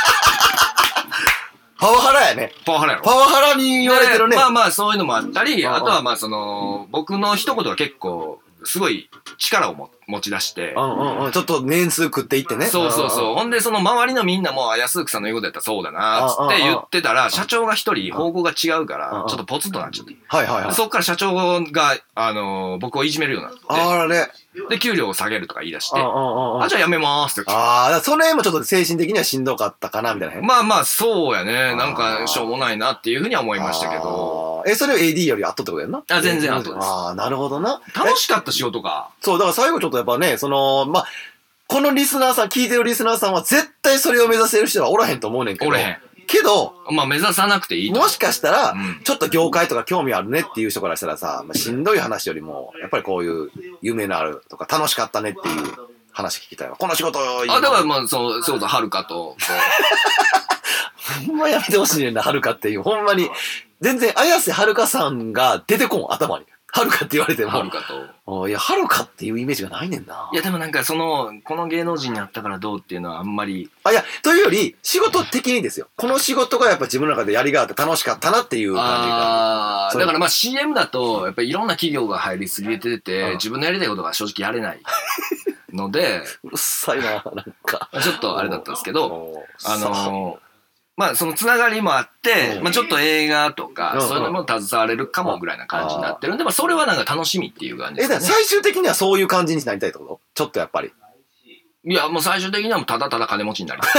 パワハラやね。 パワハラやろ。 パワハラに言われてるね。 まあまあそういうのもあったり、あとはまあその、僕の一言が結構、すごい力をも持ち出して、 うんうんうん、ちょっと年数食っていってね。 そうそうそう。ほんでその周りのみんなも、安久さんの言うことやったらそうだな、つって言ってたら、社長が一人方向が違うから、ちょっとポツンとなっちゃって。 はいはいはい。 そっから社長が、あのー、僕をいじめるようになって。 あらね。 で、給料を下げるとか言い出して、あ、じゃあやめまーすって。 ああ、その辺もちょっと精神的にはしんどかったかな、みたいな。 まあまあ、そうやね。なんか、しょうもないなっていうふうには思いましたけど。 え、それを エーディー より後ってことやんな？ あ、全然後です。 ああ、なるほどな。 楽しかった仕事か。 そう、だから最後ちょっとやっぱね、その、まあ、このリスナーさん、聞いてるリスナーさんは絶対それを目指せる人はおらへんと思うねんけど。 おらへん。 けど、 まあ目指さなくていいと。 もしかしたら、 うん、 ちょっと業界とか興味あるねっていう人からしたらさ、まあ、しんどい話よりも、やっぱりこういう夢のあるとか楽しかったねっていう話聞きたいわ。この仕事いいあ、だからまあ、そう、そうだ、はるかと。 ほんまやめてほしいねんな、はるかっていう。ほんまに、全然、綾瀬はるかさんが出てこん、頭に。はるかって言われても。 はるかと。いや、はるかっていうイメージがないねんな。 いや、でもなんかその、この芸能人になったからどうっていうのはあんまり。 あ、いや、というより、仕事的にですよ。この仕事がやっぱ自分の中でやりがあって楽しかったなっていう感じが。 ああ、だからまあ シーエム だと、やっぱりいろんな企業が入りすぎてて、自分のやりたいことが正直やれないので、 うっさいな、なんか。 ちょっとあれだったんですけど、あのー、まあそのつながりもあって、まあちょっと映画とか、そういうのも携われるかもぐらいな感じになってるんで、まあそれはなんか楽しみっていう感じですね。 え、だから最終的にはそういう感じになりたいってこと？ちょっとやっぱり。 いや、もう最終的にはもうただただ金持ちになりたい。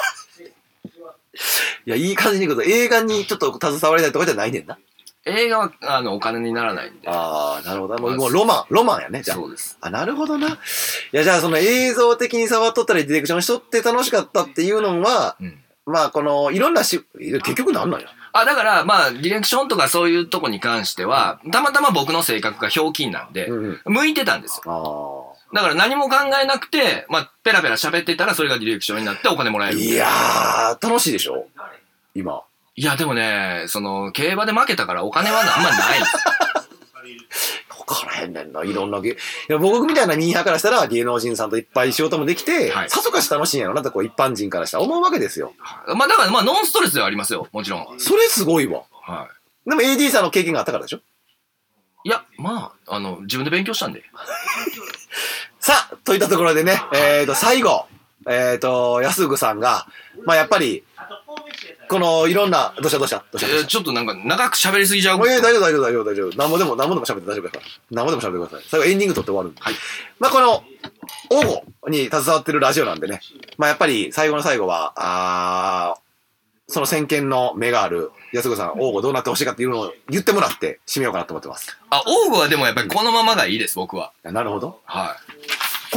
いや、いい感じに言うこと、映画にちょっと携わりたいとかじゃないねんな。 映画は、あの、お金にならないんで。 ああ、なるほど。もう、もうロマン、ロマンやね、じゃあ。 そうです。 あ、なるほどな。いや、じゃあその映像的に触っとったり、ディレクションしとって楽しかったっていうのは、うん、まあ、この、いろんなし、結局なんなんや。 あ、だから、まあ、ディレクションとかそういうとこに関しては、たまたま僕の性格がひょうきんなんで、うんうん、向いてたんですよ。あだから何も考えなくて、まあ、ペラペラ喋ってたらそれがディレクションになってお金もらえる。 いやー、楽しいでしょ今。 いや、でもね、その、競馬で負けたからお金はあんまりない。 わからへんねんな、いろんな芸。いや、僕みたいなミーハーからしたら芸能人さんといっぱい仕事もできて、はい、さぞかし楽しいんやろなってこう一般人からしたら思うわけですよ。 まあだから、まあノンストレスではありますよ、もちろん。 それすごいわ。 はい。 でも エーディー さんの経験があったからでしょ？ いや、まあ、あの、自分で勉強したんで。 さあ、といったところでね、えっと、最後、えっと、安久さんが、まあやっぱり、このいろんな、どうしたどうしたどうしたどうしたちょっとなんか長く喋りすぎちゃう。 いや、大丈夫大丈夫大丈夫大丈夫。何もでも、何もでも喋って大丈夫だから。何もでも喋ってください。最後エンディング撮って終わるんで。はい。まあこの、王吾に携わってるラジオなんでね、まあやっぱり最後の最後は、あその先見の目がある安久さん、王吾どうなってほしいかっていうのを言ってもらって締めようかなと思ってます。 あ、王吾はでもやっぱりこのままがいいです、僕は。 なるほど。 はい。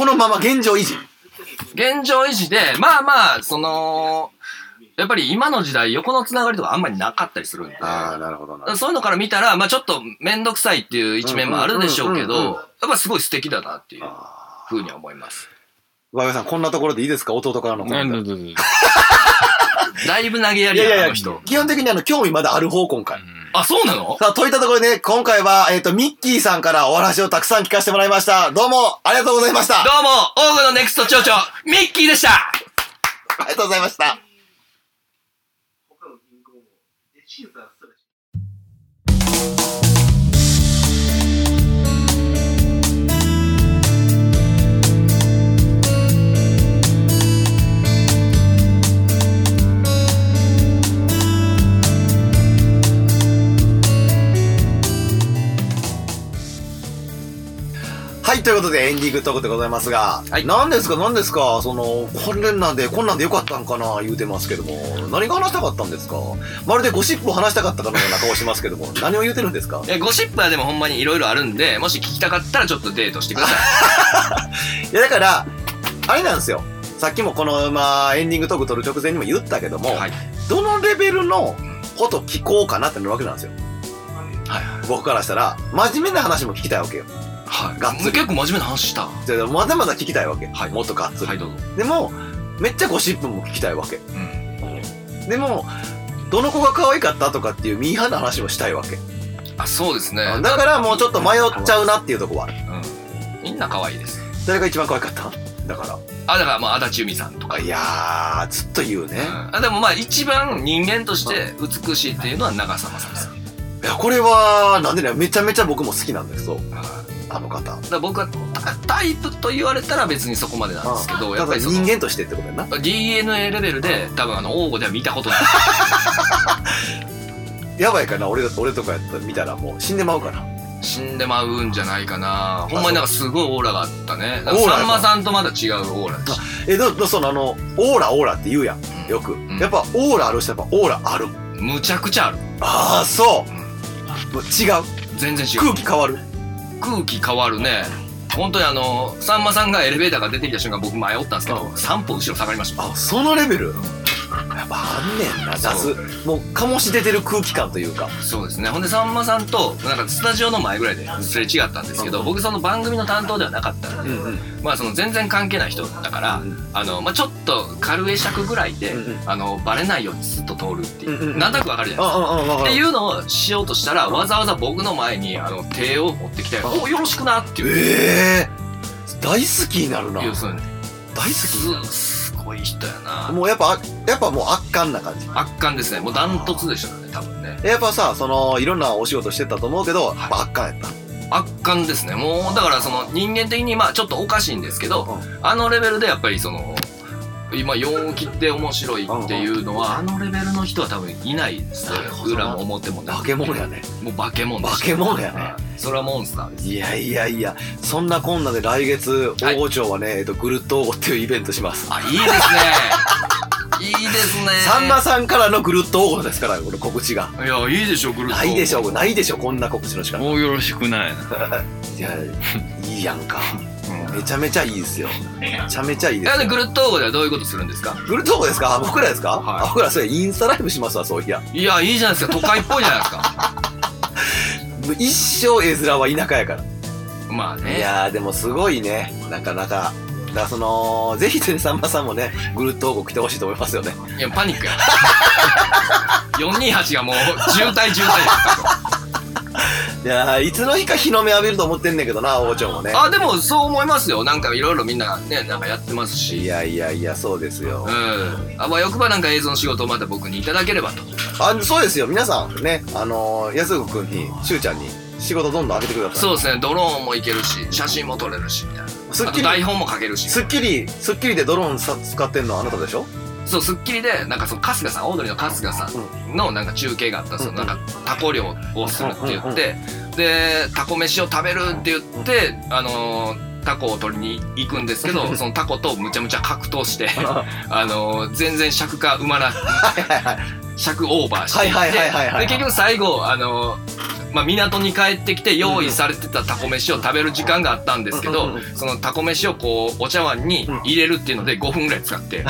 このまま現状維持。 現状維持で、まあまあ、その、やっぱり今の時代横のつながりとかあんまりなかったりするんで。 ああ、なるほどな。 そういうのから見たら、まあちょっとめんどくさいっていう一面もあるでしょうけど、やっぱすごい素敵だなっていうふうには思います。 わやさん、こんなところでいいですか？弟からのコメント。 だいぶ投げやりやな、あの人。 基本的にあの、興味まだある方今回。 あ、そうなの？ さあ、といったところでね、今回は、えっと、ミッキーさんからお話をたくさん聞かせてもらいました。どうも、ありがとうございました。 どうも、王吾のネクスト町長、ミッキーでした。 ありがとうございました。はい、ということでエンディングトークでございますが、はい、何ですか何ですかその、これなんで、こんなんでよかったんかな言うてますけども、何が話したかったんですか？まるでゴシップを話したかったかのような顔してますけども、何を言うてるんですか？ え、ゴシップはでもほんまにいろいろあるんで、もし聞きたかったらちょっとデートしてください。いや、だから、あれなんですよ。さっきもこの、まあ、エンディングトーク撮る直前にも言ったけども、はい、どのレベルのこと聞こうかなってなるわけなんですよ。はいはい、僕からしたら、真面目な話も聞きたいわけよ。 はい。がっつり。結構真面目な話した。 まだまだ聞きたいわけ。はい。もっとがっつり。 はい、どうぞ。 でも、 めっちゃゴシップも聞きたいわけ。 うんでもどの子が可愛かったとかっていうミーハーな話もしたいわけ。 あ、そうですね。 だからもうちょっと迷っちゃうなっていうとこはある。 うん、みんな可愛いです。 誰が一番可愛かった？だからあ、だからまあ足立由美さんとか。 いやーずっと言うね、 うん、あでもまあ一番人間として美しいっていうのは長澤まさみさん。 いやこれはなんでね、めちゃめちゃ僕も好きなんですよ、あの方。だから僕はタイプと言われたら別にそこまでなんですけど、やっぱりその人間としてってことやな。 ディーエヌエー レベルで多分あの王吾では見たことないやばいかな、俺俺とかやったら見たらもう死んでまうかな。 死んでまうんじゃないかな。ほんまになんかすごいオーラがあったね。 オーラさんまさんとまだ違うオーラだし。 えどどそのあのオーラオーラって言うやん、 うんよく、 うん、 やっぱオーラある人やっぱオーラある。 むちゃくちゃある。 ああそう、 うん、 もう違う、 全然違う。 空気変わる。 空気変わるね。本当にあのさんまさんがエレベーターが出てきた瞬間僕迷ったんですけど、さん歩後ろ下がりました。 あ、そのレベル。やっぱあんねんな、出すもう醸し出てる空気感というか。 そうですね。ほんでさんまさんとなんかスタジオの前ぐらいですれ違ったんですけど、うん、僕その番組の担当ではなかったので、うんうん、まあその全然関係ない人だから、うん、あのまあちょっと軽会釈ぐらいで、うんうん、あのバレないようにスッと通るっていう、うんうん、なんとなくわかるじゃないですか、うんうん、っていうのをしようとしたらわざわざ僕の前にあの手を持ってきて、うん、およろしくなっていう。 えー、大好きになるな。 いやそうね、 大好き。 すごい人やな。 もうやっぱやっぱもう圧巻な感じ。 圧巻ですね。もうダントツでしたね多分ね。 やっぱさ、そのいろんなお仕事してたと思うけど、はい、やっぱ圧巻やった。 圧巻ですね。もうだからその人間的にまあちょっとおかしいんですけど、うん、あのレベルでやっぱりその今陽気って面白いっていうのは、うんうん、あのレベルの人は多分いないですね。裏も表もね。 化け物やね。 もう化け物です。 化け物やね。 それはモンスターです。 いやいやいや、そんなこんなで来月大御町はね、はい、えっとぐるっと王吾っていうイベントします。 あ、いいですね。いいですね。 さんまさんからのぐるっと王吾ですから、この告知が。 いや、いいでしょ、ぐるっと。 ないでしょ、ないでしょ、こんな告知の仕方。 もうよろしくないな。 いや、いいやんか。めちゃめちゃいいですよ。めちゃめちゃいいですよ。 いや、ぐるっと王吾ではどういうことするんですか？ ぐるっと王吾ですか？僕らですか？ はい、 僕らそれインスタライブしますわ、そういや。 いや、いいじゃないですか。都会っぽいじゃないですか。 一生絵面は田舎やから。 まあね。 いやーでもすごいね、なかなか。だからそのぜひさんまさんもね、ぐるっと王吾来てほしいと思いますよね。 いやパニックや。よんにーはちがもう渋滞渋滞いやーいつの日か日の目浴びると思ってんねんけどな、王町もね。 あ、でもそう思いますよ。なんかいろいろみんなね、なんかやってますし。 いやいやいや、そうですよ。 うん。あ、まあよくばなんか映像の仕事をまた僕にいただければと。 あ、そうですよ。皆さんね、あのー、安子くんに、しゅうちゃんに仕事どんどん上げてください。 そうですね。ドローンもいけるし、写真も撮れるしみたいな。 スッキリ、 台本も書けるし。 スッキリ、スッキリでドローンさ使ってんのはあなたでしょ？ そう、スッキリでなんかその春日さん、オードリーの春日さんのなんか中継があったんですよ。なんかタコ漁をするって言って、でタコ飯を食べるって言って、あのー、タコを取りに行くんですけど、そのタコとむちゃむちゃ格闘してあのー、全然尺が埋まら尺オーバーしていって、で結局最後あのーまあ、港に帰ってきて用意されてたタコ飯を食べる時間があったんですけど、そのタコ飯をこうお茶碗に入れるっていうのでごふんぐらい使って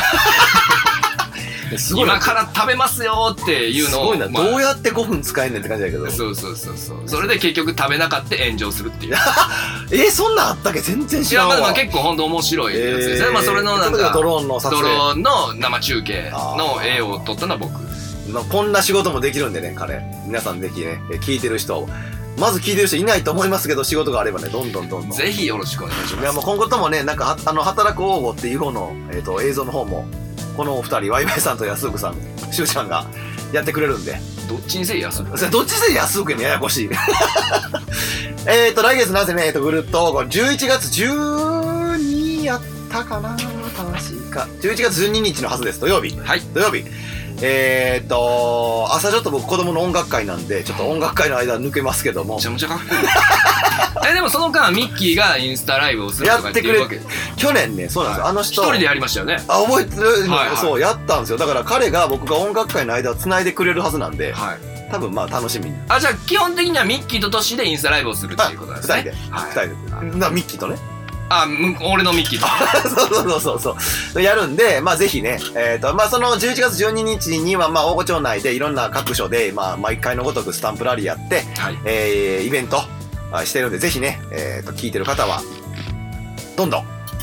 今から食べますよっていうのを、 すごいな、まあ、どうやってごふん使えんねんって感じだけど。 そうそうそうそう。それで結局食べなかった炎上するっていうえー、そんなんあったっけ？全然知らんわ。 いや、まあ結構ほんと面白いやつですね、えー、まあそれのなんかドローンの撮影、 ドローンの生中継の絵を撮ったのは僕。 まあ、こんな仕事もできるんでね、彼。皆さんぜひね、聞いてる人、まず聞いてる人いないと思いますけど、仕事があればね、どんどんどんどん。 ぜひよろしくお願いします。 いや、もう今後ともね、なんか、あの、働く王吾っていう方の、えっと、映像の方も、このお二人、ワイワイさんと安福さん、しゅうちゃんがやってくれるんで。 どっちにせい安福？ どっちにせい安福やね、ややこしい。えっと、来月なぜね、えっと、ぐるっと王吾、じゅういちがつじゅうにやったかな、正しいか。じゅういちがつじゅうににちのはずです、土曜日。 はい。 土曜日。えーっと、朝ちょっと僕子供の音楽会なんで、ちょっと音楽会の間抜けますけども。 めちゃめちゃかっこいい。え、でもその間、ミッキーがインスタライブをするとかっていうわけ。 去年ね、そうなんですよ。あの人。 一人でやりましたよね。 あ、覚えてる、はいはい、そう、やったんですよ。だから彼が僕が音楽会の間を繋いでくれるはずなんで、はい、多分まあ楽しみに。 あ、じゃあ基本的にはミッキーとトシでインスタライブをするっていうことなんですね。 二人で。二人で。な、ミッキーとね。 あ、俺のミッキーと。 そうそうそうそう。やるんで、まあぜひね、えっと、まあそのじゅういちがつじゅうににちには、まあ大御町内でいろんな各所で、まあ毎回のごとくスタンプラリーやって、はい、えー、イベントしてるんで、ぜひね、えっと、聞いてる方は、どんどん、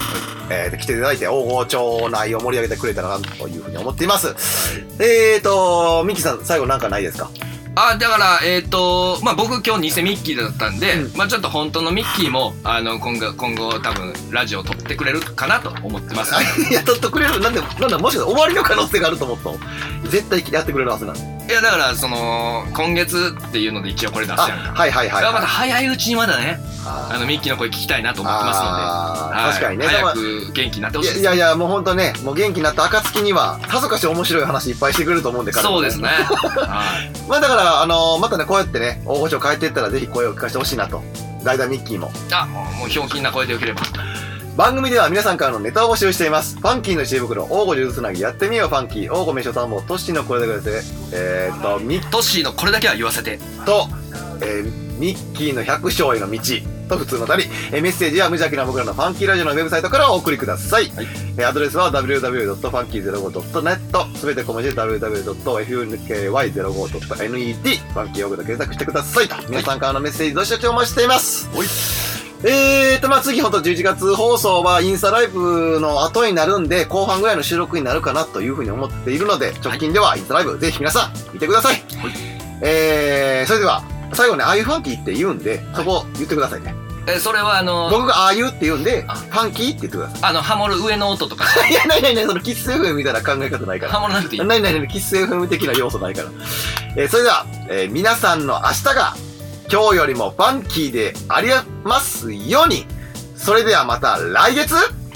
えー、来ていただいて、大御町内を盛り上げてくれたらなというふうに思っています。えーと、ミキさん、最後なんかないですか？ あ、だからえっとまあ僕今日偽ミッキーだったんで、 うん、 まあちょっと本当のミッキーもあの今後今後多分ラジオを撮ってくれるかなと思ってます、ね。 いや、撮ってくれる。なんで、なんだ、もしかしたら終わりの可能性があると思ったの。絶対やってくれるはずなんで。 いやだからその今月っていうので一応これ出したやんか。 はいはいはい、はい。 だからまた早いうちにまだね、あのミッキーの声聞きたいなと思ってますので、 はい、確かにね。 早く元気になってほしいです。 いやいや、もう本当ね、もう元気になった暁には、さぞかし面白い話いっぱいしてくれると思うんで、彼もね。 そうですね。はい。 まあだから、あのー、またね、こうやってね、大御所変えていったらぜひ声を聞かせてほしいなと。代打ミッキーも。 あ、もう、もうひょうきんな声でよければ。 番組では皆さんからのネタを募集しています。ファンキーの知恵袋、大御所つなぎやってみようファンキー、大御名所探訪、トッシーの声でくれて、えーっと、ミットッシーのこれだけは言わせて。 と、えー、ミッキーの百姓への道と普通のたり、えー、メッセージは無邪気な僕らのファンキーラジオのウェブサイトからお送りください。はい、えー、アドレスは ダブリューダブリューダブリュードットファンキーゼロゴードットネット、すべて小文字で ダブリューダブリュードットエフユーエヌケーワイゼロゴードットネット、ファンキー用語で検索してくださいと。皆さんからのメッセージどしどしお待ちしています。はい、えーと、まあ、次ほんとじゅういちがつ放送はインスタライブの後になるんで、後半ぐらいの収録になるかなというふうに思っているので、直近ではインスタライブ、ぜひ皆さん見てください。はい、えー、それでは、最後ね、ああいうファンキーって言うんで、そこ言ってくださいね。 え、それはあのー、 僕がああいうって言うんで、ファンキーって言ってください。 あの、ハモる上の音とか。 いや、ないないない、そのキッス エフエム みたいな考え方ないから。 ハモらなくていい。 ないないない、キッス エフエム 的な要素ないから。えー、それでは、えー、皆さんの明日が、今日よりもファンキーでありますように。それではまた来月、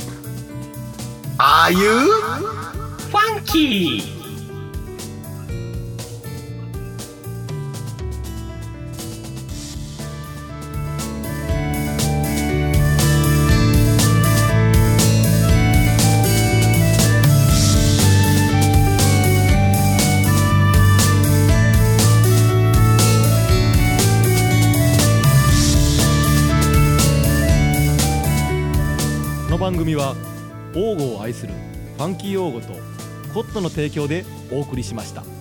ああいうファンキー。 この番組は王語を愛するファンキー王語とコットの提供でお送りしました。